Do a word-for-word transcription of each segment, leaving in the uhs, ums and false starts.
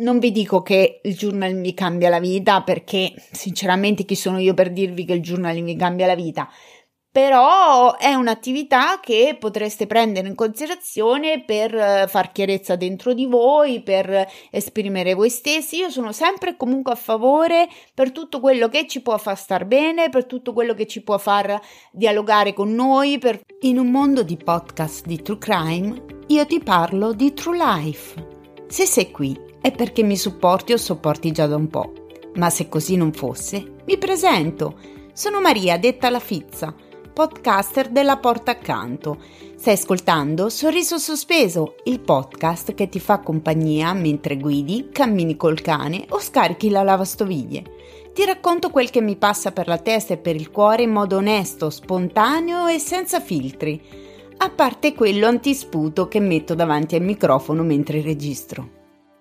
non vi dico che il journaling mi cambia la vita, perché sinceramente chi sono io per dirvi che il journaling mi cambia la vita? Però è un'attività che potreste prendere in considerazione per far chiarezza dentro di voi, per esprimere voi stessi. Io sono sempre comunque a favore per tutto quello che ci può far star bene, per tutto quello che ci può far dialogare con noi. Per... In un mondo di podcast di True Crime, io ti parlo di True Life. Se sei qui è perché mi supporti o sopporti già da un po'. Ma se così non fosse, mi presento. Sono Maria, detta la Fizza, podcaster della Porta Accanto. Stai ascoltando Sorriso Sospeso, il podcast che ti fa compagnia mentre guidi, cammini col cane o scarichi la lavastoviglie. Ti racconto quel che mi passa per la testa e per il cuore in modo onesto, spontaneo e senza filtri, a parte quello antisputo che metto davanti al microfono mentre registro.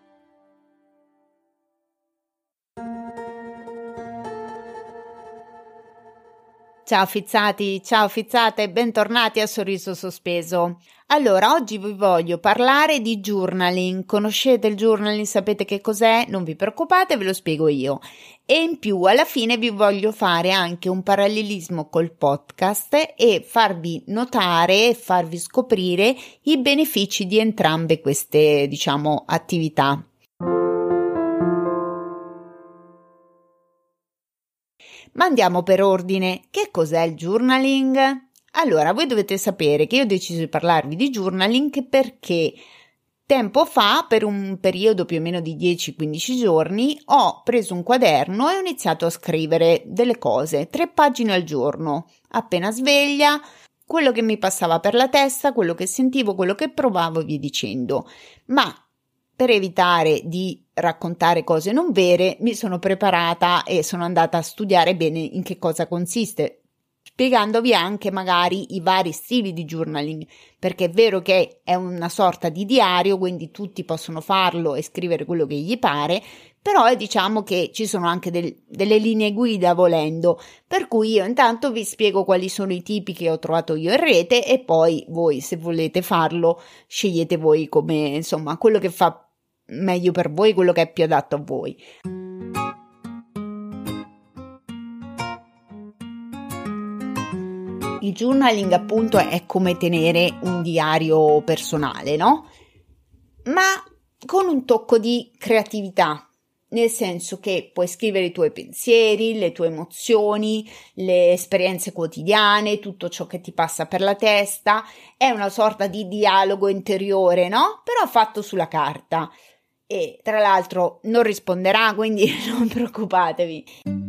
Ciao fizzati, ciao fizzate, bentornati a Sorriso Sospeso. Allora, oggi vi voglio parlare di journaling. Conoscete il journaling? Sapete che cos'è? Non vi preoccupate, ve lo spiego io. E in più, alla fine vi voglio fare anche un parallelismo col podcast e farvi notare e farvi scoprire i benefici di entrambe queste, diciamo, attività. Ma andiamo per ordine. Che cos'è il journaling? Allora, voi dovete sapere che io ho deciso di parlarvi di journaling perché tempo fa, per un periodo più o meno di dieci quindici giorni, ho preso un quaderno e ho iniziato a scrivere delle cose, tre pagine al giorno, appena sveglia, quello che mi passava per la testa, quello che sentivo, quello che provavo e via dicendo. Ma per evitare di raccontare cose non vere, mi sono preparata e sono andata a studiare bene in che cosa consiste, spiegandovi anche magari i vari stili di journaling, perché è vero che è una sorta di diario, quindi tutti possono farlo e scrivere quello che gli pare, però è, diciamo che ci sono anche del, delle linee guida volendo, per cui io intanto vi spiego quali sono i tipi che ho trovato io in rete e poi voi, se volete farlo, scegliete voi come, insomma, quello che fa meglio per voi, quello che è più adatto a voi. Il journaling appunto è come tenere un diario personale, no? Ma con un tocco di creatività, nel senso che puoi scrivere i tuoi pensieri, le tue emozioni, le esperienze quotidiane, tutto ciò che ti passa per la testa. È una sorta di dialogo interiore, no? Però fatto sulla carta. E tra l'altro non risponderà, quindi non preoccupatevi.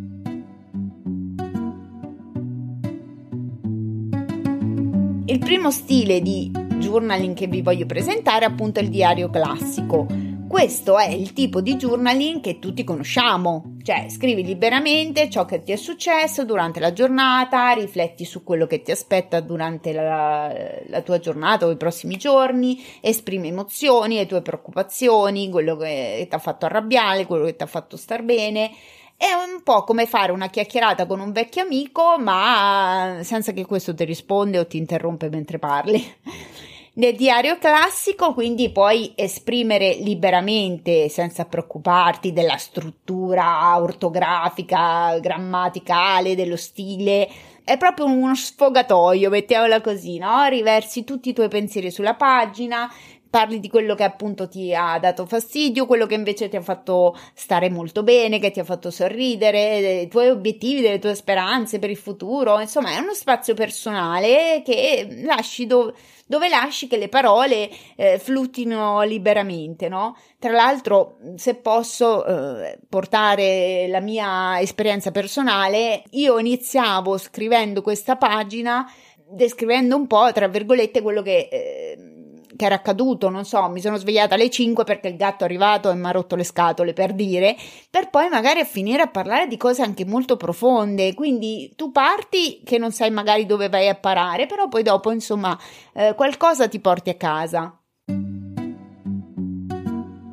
Il primo stile di journaling che vi voglio presentare è appunto il diario classico. Questo è il tipo di journaling che tutti conosciamo, cioè scrivi liberamente ciò che ti è successo durante la giornata, rifletti su quello che ti aspetta durante la, la tua giornata o i prossimi giorni, esprimi emozioni, le tue preoccupazioni, quello che ti ha fatto arrabbiare, quello che ti ha fatto star bene. È un po' come fare una chiacchierata con un vecchio amico, ma senza che questo ti risponde o ti interrompe mentre parli. Nel diario classico quindi puoi esprimere liberamente, senza preoccuparti della struttura ortografica, grammaticale, dello stile. È proprio uno sfogatoio, mettiamola così, no? Riversi tutti i tuoi pensieri sulla pagina, parli di quello che appunto ti ha dato fastidio, quello che invece ti ha fatto stare molto bene, che ti ha fatto sorridere, dei tuoi obiettivi, delle tue speranze per il futuro. Insomma, è uno spazio personale che lasci dove, dove lasci che le parole eh, fluttino liberamente, no? Tra l'altro, se posso eh, portare la mia esperienza personale, io iniziavo scrivendo questa pagina descrivendo un po', tra virgolette, quello che... Eh, che era accaduto, non so, mi sono svegliata alle cinque perché il gatto è arrivato e mi ha rotto le scatole, per dire, per poi magari a finire a parlare di cose anche molto profonde. Quindi tu parti che non sai magari dove vai a parare, però poi dopo, insomma, eh, qualcosa ti porti a casa.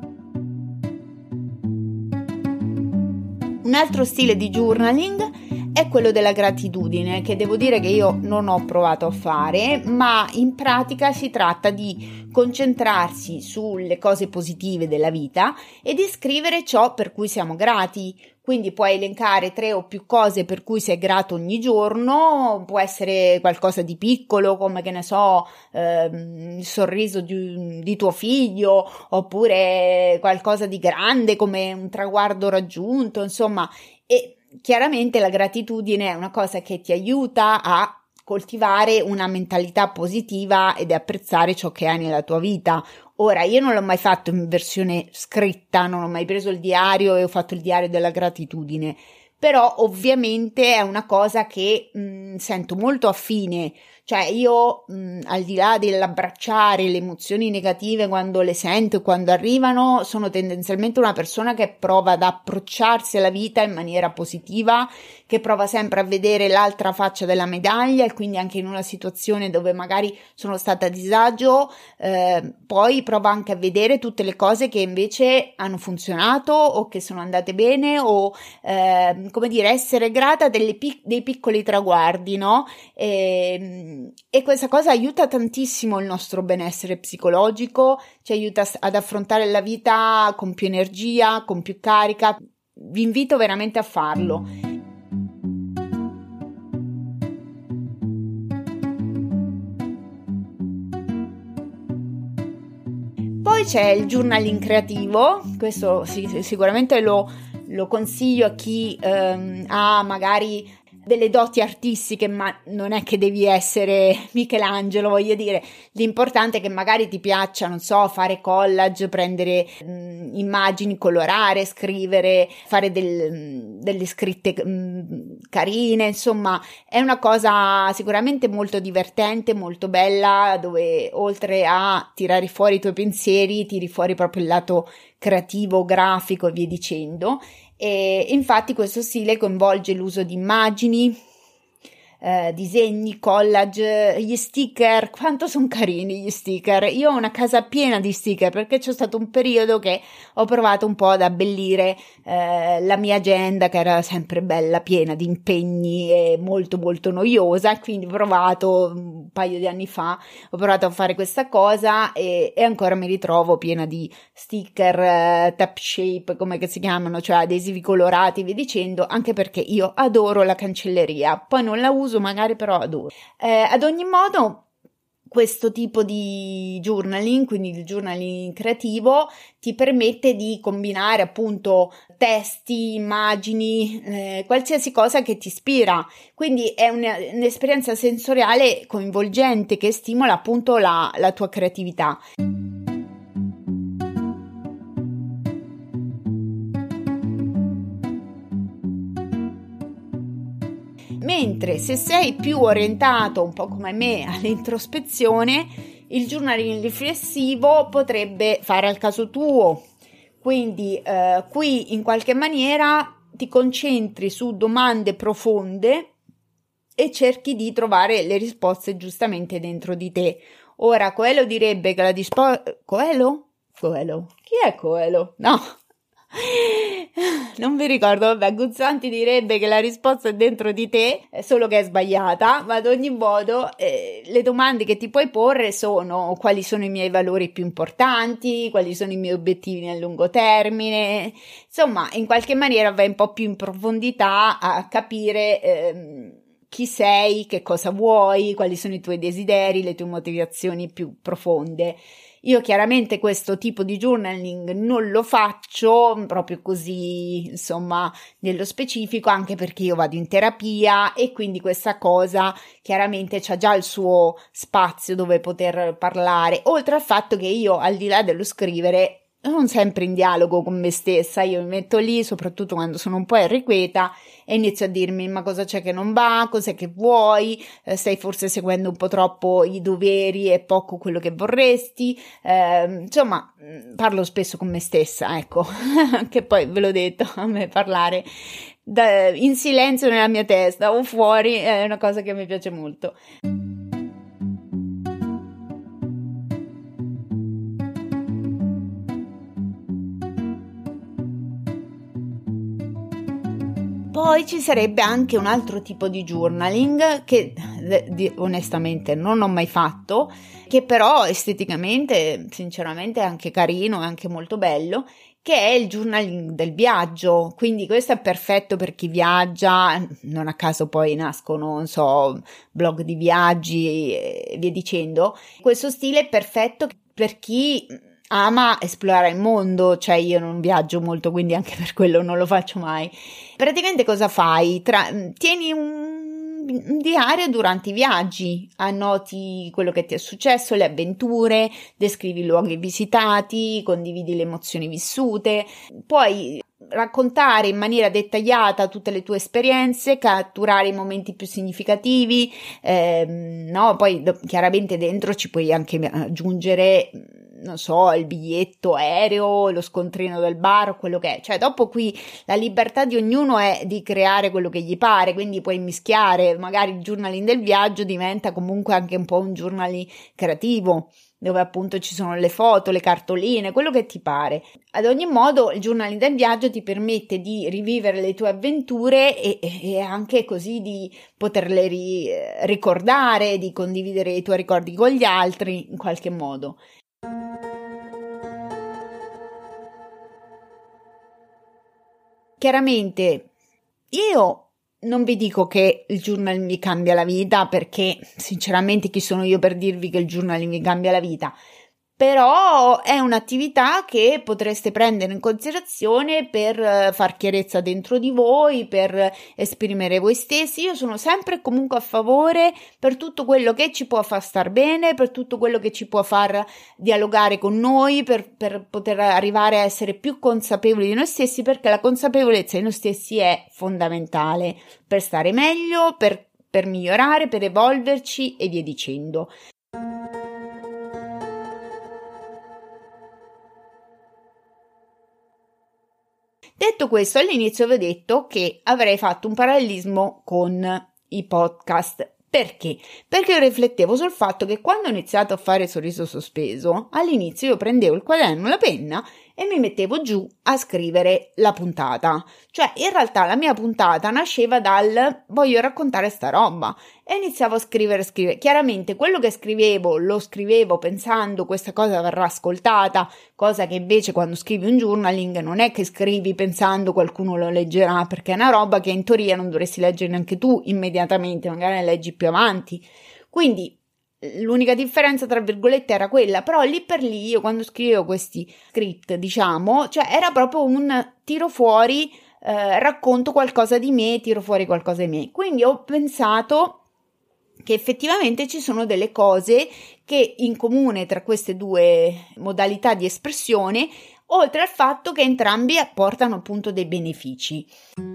Un altro stile di journaling è quello della gratitudine, che devo dire che io non ho provato a fare, ma in pratica si tratta di concentrarsi sulle cose positive della vita e di scrivere ciò per cui siamo grati. Quindi puoi elencare tre o più cose per cui sei grato ogni giorno, può essere qualcosa di piccolo come, che ne so, ehm, il sorriso di, di tuo figlio, oppure qualcosa di grande come un traguardo raggiunto, insomma. E chiaramente la gratitudine è una cosa che ti aiuta a coltivare una mentalità positiva ed apprezzare ciò che hai nella tua vita. Ora, io non l'ho mai fatto in versione scritta, non ho mai preso il diario e ho fatto il diario della gratitudine, però ovviamente è una cosa che mh, sento molto affine, cioè io mh, al di là dell'abbracciare le emozioni negative quando le sento e quando arrivano, sono tendenzialmente una persona che prova ad approcciarsi alla vita in maniera positiva, che prova sempre a vedere l'altra faccia della medaglia e quindi anche in una situazione dove magari sono stata a disagio, eh, poi prova anche a vedere tutte le cose che invece hanno funzionato o che sono andate bene o eh, come dire, essere grata delle pic- dei piccoli traguardi, no? E, e questa cosa aiuta tantissimo il nostro benessere psicologico, ci aiuta ad affrontare la vita con più energia, con più carica. Vi invito veramente a farlo. Poi c'è il journaling creativo, questo sì, sicuramente lo, lo consiglio a chi ehm, ha magari delle doti artistiche, ma non è che devi essere Michelangelo, voglio dire, l'importante è che magari ti piaccia, non so, fare collage, prendere mh, immagini, colorare, scrivere, fare del, delle scritte mh, carine, insomma, è una cosa sicuramente molto divertente, molto bella, dove oltre a tirare fuori i tuoi pensieri, tiri fuori proprio il lato creativo, grafico e via dicendo. E infatti questo stile coinvolge l'uso di immagini, eh, disegni, collage, gli sticker. Quanto sono carini gli sticker! Io ho una casa piena di sticker perché c'è stato un periodo che ho provato un po' ad abbellire eh, la mia agenda, che era sempre bella, piena di impegni e molto molto noiosa, quindi ho provato un paio di anni fa, ho provato a fare questa cosa e, e ancora mi ritrovo piena di sticker, eh, tap shape, come che si chiamano, cioè adesivi colorati e via dicendo, anche perché io adoro la cancelleria, poi non la uso magari, però adoro. Eh, ad ogni modo, questo tipo di journaling, quindi il journaling creativo, ti permette di combinare appunto testi, immagini, eh, qualsiasi cosa che ti ispira. Quindi è una, un'esperienza sensoriale coinvolgente che stimola appunto la, la tua creatività. Mentre se sei più orientato, un po' come me, all'introspezione, il journaling riflessivo potrebbe fare al caso tuo. Quindi eh, qui in qualche maniera ti concentri su domande profonde e cerchi di trovare le risposte giustamente dentro di te. Ora, Coelho direbbe che la dispo... Coelho? Coelho? Chi è Coelho? No! Non vi ricordo, vabbè, Guzzanti direbbe che la risposta è dentro di te, solo che è sbagliata, ma ad ogni modo eh, le domande che ti puoi porre sono: quali sono i miei valori più importanti, quali sono i miei obiettivi nel lungo termine, insomma, in qualche maniera vai un po' più in profondità a capire ehm, chi sei, che cosa vuoi, quali sono i tuoi desideri, le tue motivazioni più profonde. Io chiaramente questo tipo di journaling non lo faccio proprio così, insomma, nello specifico, anche perché io vado in terapia e quindi questa cosa chiaramente c'ha già il suo spazio dove poter parlare, oltre al fatto che io, al di là dello scrivere, sono sempre in dialogo con me stessa. Io mi metto lì, soprattutto quando sono un po' irrequieta, e inizio a dirmi: ma cosa c'è che non va, cos'è che vuoi, eh, stai forse seguendo un po' troppo i doveri e poco quello che vorresti, eh, insomma parlo spesso con me stessa, ecco. Che poi ve l'ho detto, a me parlare da, in silenzio nella mia testa o fuori è una cosa che mi piace molto. Poi ci sarebbe anche un altro tipo di journaling che di, onestamente non ho mai fatto, che però esteticamente sinceramente è anche carino, è anche molto bello, che è il journaling del viaggio. Quindi questo è perfetto per chi viaggia, non a caso poi nascono, non so, blog di viaggi e via dicendo. Questo stile è perfetto per chi ama esplorare il mondo, cioè io non viaggio molto, quindi anche per quello non lo faccio mai. Praticamente cosa fai? Tra, tieni un, un diario durante i viaggi, annoti quello che ti è successo, le avventure, descrivi i luoghi visitati, condividi le emozioni vissute, puoi raccontare in maniera dettagliata tutte le tue esperienze, catturare i momenti più significativi, ehm, no? Poi do, chiaramente dentro ci puoi anche aggiungere, non so, il biglietto aereo, lo scontrino del bar, quello che è. Cioè dopo qui la libertà di ognuno è di creare quello che gli pare, quindi puoi mischiare, magari il journaling del viaggio diventa comunque anche un po' un journaling creativo, dove appunto ci sono le foto, le cartoline, quello che ti pare. Ad ogni modo il journaling del viaggio ti permette di rivivere le tue avventure e, e anche così di poterle ri, ricordare, di condividere i tuoi ricordi con gli altri in qualche modo. Chiaramente io non vi dico che il journaling mi cambia la vita, perché sinceramente chi sono io per dirvi che il journaling mi cambia la vita, però è un'attività che potreste prendere in considerazione per far chiarezza dentro di voi, per esprimere voi stessi. Io sono sempre e comunque a favore per tutto quello che ci può far star bene, per tutto quello che ci può far dialogare con noi, per, per poter arrivare a essere più consapevoli di noi stessi, perché la consapevolezza di noi stessi è fondamentale per stare meglio, per, per migliorare, per evolverci e via dicendo. Detto questo, all'inizio vi ho detto che avrei fatto un parallelismo con i podcast. Perché? Perché io riflettevo sul fatto che quando ho iniziato a fare Sorriso Sospeso, all'inizio io prendevo il quaderno e la penna e mi mettevo giù a scrivere la puntata. Cioè, in realtà la mia puntata nasceva dal voglio raccontare sta roba e iniziavo a scrivere, scrivere. Chiaramente quello che scrivevo lo scrivevo pensando questa cosa verrà ascoltata, cosa che invece quando scrivi un journaling non è che scrivi pensando qualcuno lo leggerà, perché è una roba che in teoria non dovresti leggere neanche tu immediatamente, magari la leggi più avanti. Quindi l'unica differenza tra virgolette era quella, però lì per lì io quando scrivevo questi script, diciamo, cioè era proprio un tiro fuori, eh, racconto qualcosa di me, tiro fuori qualcosa di me. Quindi ho pensato che effettivamente ci sono delle cose che in comune tra queste due modalità di espressione, oltre al fatto che entrambi apportano appunto dei benefici.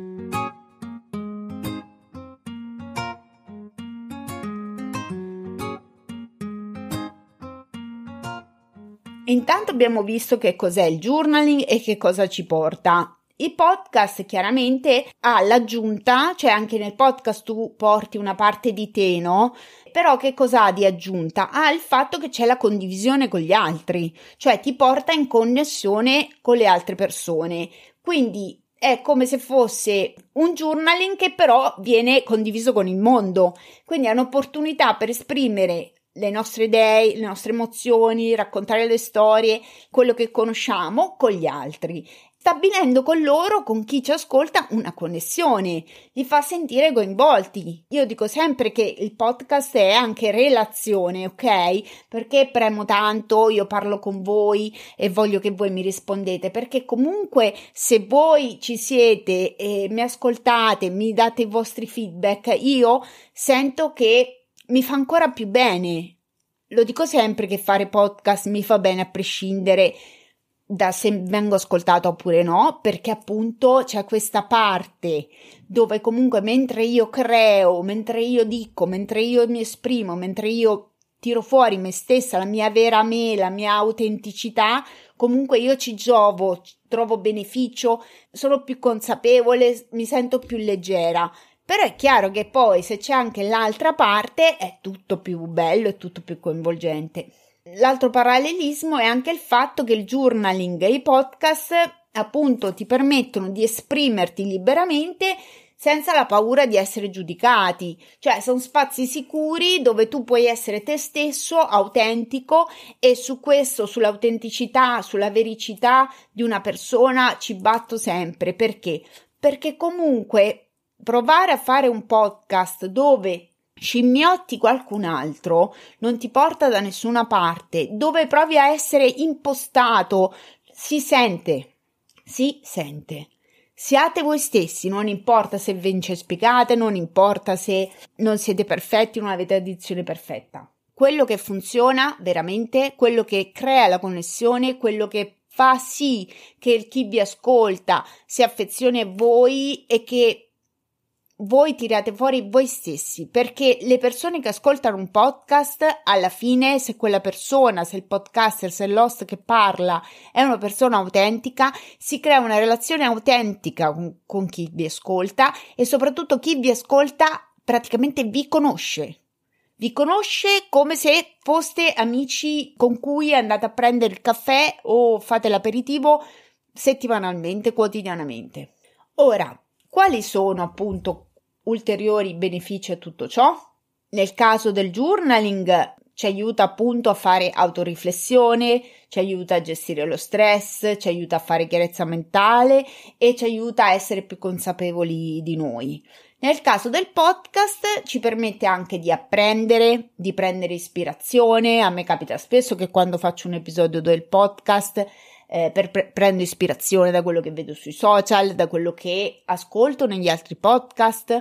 Intanto abbiamo visto che cos'è il journaling e che cosa ci porta. Il podcast chiaramente ha l'aggiunta, cioè anche nel podcast tu porti una parte di te, no? Però che cosa ha di aggiunta? Ha il fatto che c'è la condivisione con gli altri, cioè ti porta in connessione con le altre persone. Quindi è come se fosse un journaling che però viene condiviso con il mondo. Quindi è un'opportunità per esprimere le nostre idee, le nostre emozioni, raccontare le storie, quello che conosciamo con gli altri, stabilendo con loro, con chi ci ascolta, una connessione, li fa sentire coinvolti. Io dico sempre che il podcast è anche relazione, ok? Perché premo tanto, io parlo con voi e voglio che voi mi rispondete, perché comunque se voi ci siete e mi ascoltate, mi date i vostri feedback, io sento che mi fa ancora più bene. Lo dico sempre che fare podcast mi fa bene a prescindere da se vengo ascoltato oppure no, perché appunto c'è questa parte dove comunque mentre io creo, mentre io dico, mentre io mi esprimo, mentre io tiro fuori me stessa, la mia vera me, la mia autenticità, comunque io ci giovo, trovo beneficio, sono più consapevole, mi sento più leggera. Però è chiaro che poi se c'è anche l'altra parte è tutto più bello, è tutto più coinvolgente. L'altro parallelismo è anche il fatto che il journaling e i podcast appunto ti permettono di esprimerti liberamente senza la paura di essere giudicati, cioè sono spazi sicuri dove tu puoi essere te stesso, autentico, e su questo, sull'autenticità, sulla vericità di una persona ci batto sempre. Perché? Perché comunque provare a fare un podcast dove scimmiotti qualcun altro non ti porta da nessuna parte, dove provi a essere impostato, si sente, si sente. Siate voi stessi, non importa se vi incespiccate, non importa se non siete perfetti, non avete addizione perfetta. Quello che funziona veramente, quello che crea la connessione, quello che fa sì che chi vi ascolta si affezioni a voi e che voi tirate fuori voi stessi, perché le persone che ascoltano un podcast, alla fine, se quella persona, se il podcaster, se l'host che parla è una persona autentica, si crea una relazione autentica con, con chi vi ascolta, e soprattutto chi vi ascolta praticamente vi conosce. Vi conosce come se foste amici con cui andate a prendere il caffè o fate l'aperitivo settimanalmente, quotidianamente. Ora, quali sono appunto ulteriori benefici a tutto ciò? Nel caso del journaling ci aiuta appunto a fare autoriflessione, ci aiuta a gestire lo stress, ci aiuta a fare chiarezza mentale e ci aiuta a essere più consapevoli di noi. Nel caso del podcast ci permette anche di apprendere, di prendere ispirazione. A me capita spesso che quando faccio un episodio del podcast Eh, per pre- prendo ispirazione da quello che vedo sui social, da quello che ascolto negli altri podcast,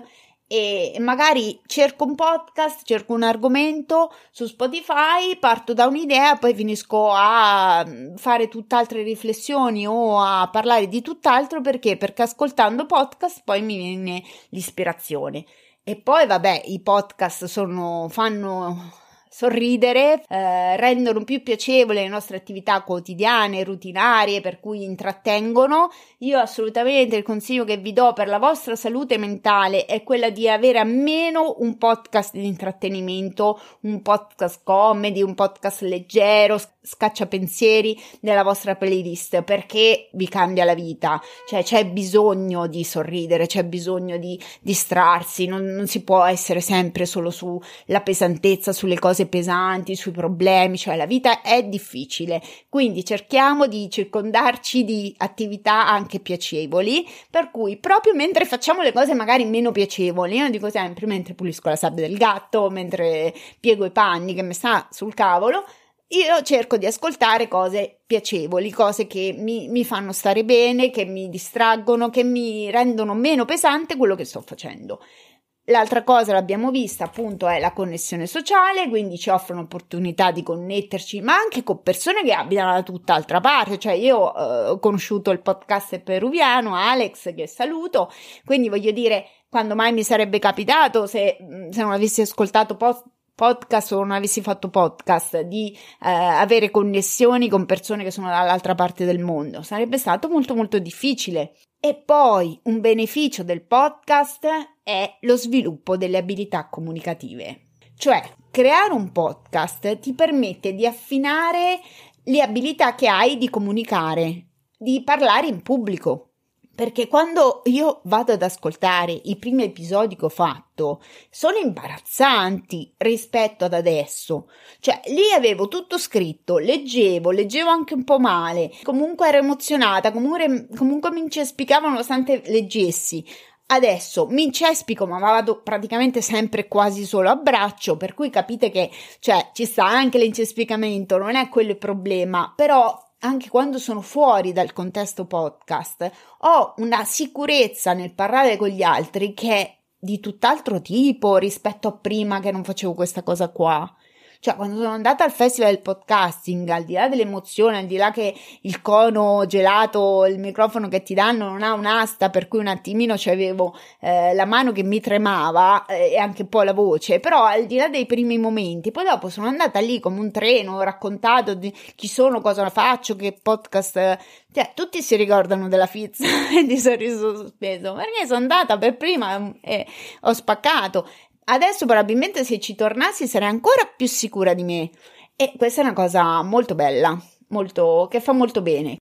e magari cerco un podcast, cerco un argomento su Spotify, parto da un'idea, poi finisco a fare tutt'altre riflessioni o a parlare di tutt'altro. Perché? Perché ascoltando podcast poi mi viene l'ispirazione. E poi vabbè, i podcast sono fanno sorridere, eh, rendono più piacevole le nostre attività quotidiane, rutinarie, per cui intrattengono. Io assolutamente il consiglio che vi do per la vostra salute mentale è quella di avere almeno un podcast di intrattenimento, un podcast comedy, un podcast leggero, scacciapensieri nella vostra playlist, perché vi cambia la vita. Cioè c'è bisogno di sorridere, c'è bisogno di distrarsi, non, non si può essere sempre solo sulla pesantezza, sulle cose pesanti, sui problemi, cioè la vita è difficile, quindi cerchiamo di circondarci di attività anche piacevoli, per cui proprio mentre facciamo le cose magari meno piacevoli, io dico sempre mentre pulisco la sabbia del gatto, mentre piego i panni che mi sta sul cavolo, io cerco di ascoltare cose piacevoli, cose che mi, mi fanno stare bene, che mi distraggono, che mi rendono meno pesante quello che sto facendo. L'altra cosa, l'abbiamo vista, appunto, è la connessione sociale, quindi ci offrono opportunità di connetterci, ma anche con persone che abitano da tutt'altra parte. Cioè io eh, ho conosciuto il podcaster peruviano, Alex, che saluto, quindi voglio dire, quando mai mi sarebbe capitato, se, se non avessi ascoltato post podcast o non avessi fatto podcast, di eh, avere connessioni con persone che sono dall'altra parte del mondo, sarebbe stato molto molto difficile. E poi un beneficio del podcast è lo sviluppo delle abilità comunicative. Cioè, creare un podcast ti permette di affinare le abilità che hai di comunicare, di parlare in pubblico. Perché quando io vado ad ascoltare i primi episodi che ho fatto, sono imbarazzanti rispetto ad adesso. Cioè, lì avevo tutto scritto, leggevo, leggevo anche un po' male, comunque ero emozionata, comunque, comunque mi incespicavo nonostante leggessi. Adesso mi incespico, ma vado praticamente sempre quasi solo a braccio, per cui capite che, cioè, ci sta anche l'incespicamento, non è quello il problema, però anche quando sono fuori dal contesto podcast ho una sicurezza nel parlare con gli altri che è di tutt'altro tipo rispetto a prima che non facevo questa cosa qua. Cioè, quando sono andata al festival del podcasting, al di là dell'emozione, al di là che il cono gelato, il microfono che ti danno non ha un'asta, per cui un attimino c'avevo eh, la mano che mi tremava eh, e anche un po' la voce, però al di là dei primi momenti, poi dopo sono andata lì come un treno, ho raccontato di chi sono, cosa faccio, che podcast, cioè tutti si ricordano della pizza e di Sorriso Sospeso, perché sono andata per prima e ho spaccato. Adesso probabilmente se ci tornassi sarei ancora più sicura di me, e questa è una cosa molto bella, molto, che fa molto bene.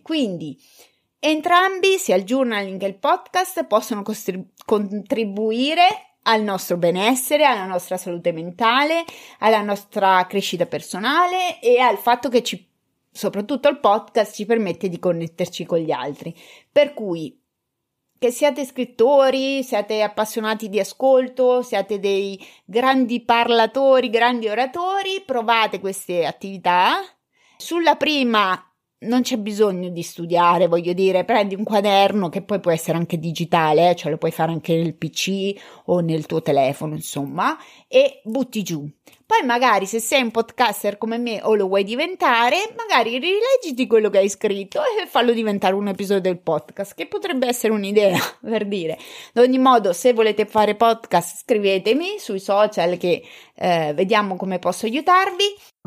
Quindi entrambi, sia il journaling che il podcast, possono costri- contribuire al nostro benessere, alla nostra salute mentale, alla nostra crescita personale e al fatto che ci, soprattutto il podcast ci permette di connetterci con gli altri. Per cui, che siate scrittori, siate appassionati di ascolto, siate dei grandi parlatori, grandi oratori, provate queste attività. Sulla prima non c'è bisogno di studiare, voglio dire, prendi un quaderno che poi può essere anche digitale, eh, cioè lo puoi fare anche nel P C o nel tuo telefono, insomma, e butti giù. Poi magari se sei un podcaster come me o lo vuoi diventare, magari rileggiti quello che hai scritto e fallo diventare un episodio del podcast, che potrebbe essere un'idea, per dire. Ad ogni modo, se volete fare podcast, scrivetemi sui social che eh, vediamo come posso aiutarvi.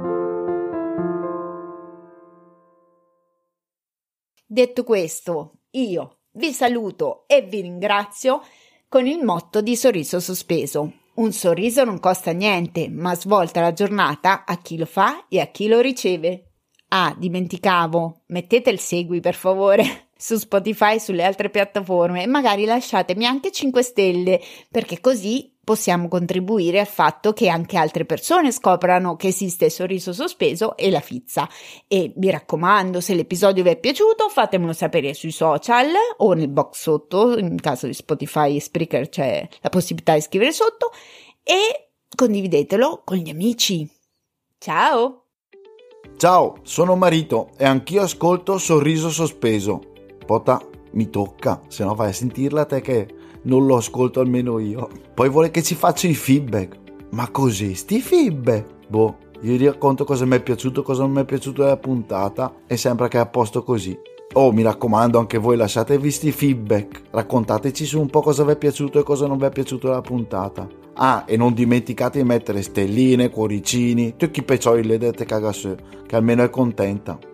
Detto questo, io vi saluto e vi ringrazio con il motto di Sorriso Sospeso. Un sorriso non costa niente, ma svolta la giornata a chi lo fa e a chi lo riceve. Ah, dimenticavo, mettete il segui per favore su Spotify e sulle altre piattaforme e magari lasciatemi anche cinque stelle, perché così possiamo contribuire al fatto che anche altre persone scoprano che esiste Sorriso Sospeso e la Fizza. E mi raccomando, se l'episodio vi è piaciuto, fatemelo sapere sui social o nel box sotto, in caso di Spotify e Spreaker c'è la possibilità di scrivere sotto, e condividetelo con gli amici. Ciao! Ciao, sono Marito e anch'io ascolto Sorriso Sospeso. Pota, mi tocca, se no vai a sentirla te che non lo ascolto almeno io. Poi vuole che ci faccia i feedback. Ma così, sti feedback? Boh, io vi racconto cosa mi è piaciuto, cosa non mi è piaciuto della puntata e sembra che è a posto così. Oh, mi raccomando, anche voi lasciatevi sti feedback. Raccontateci su un po' cosa vi è piaciuto e cosa non vi è piaciuto della puntata. Ah, e non dimenticate di mettere stelline, cuoricini, tutti i peccioli le dette cagasse, che almeno è contenta.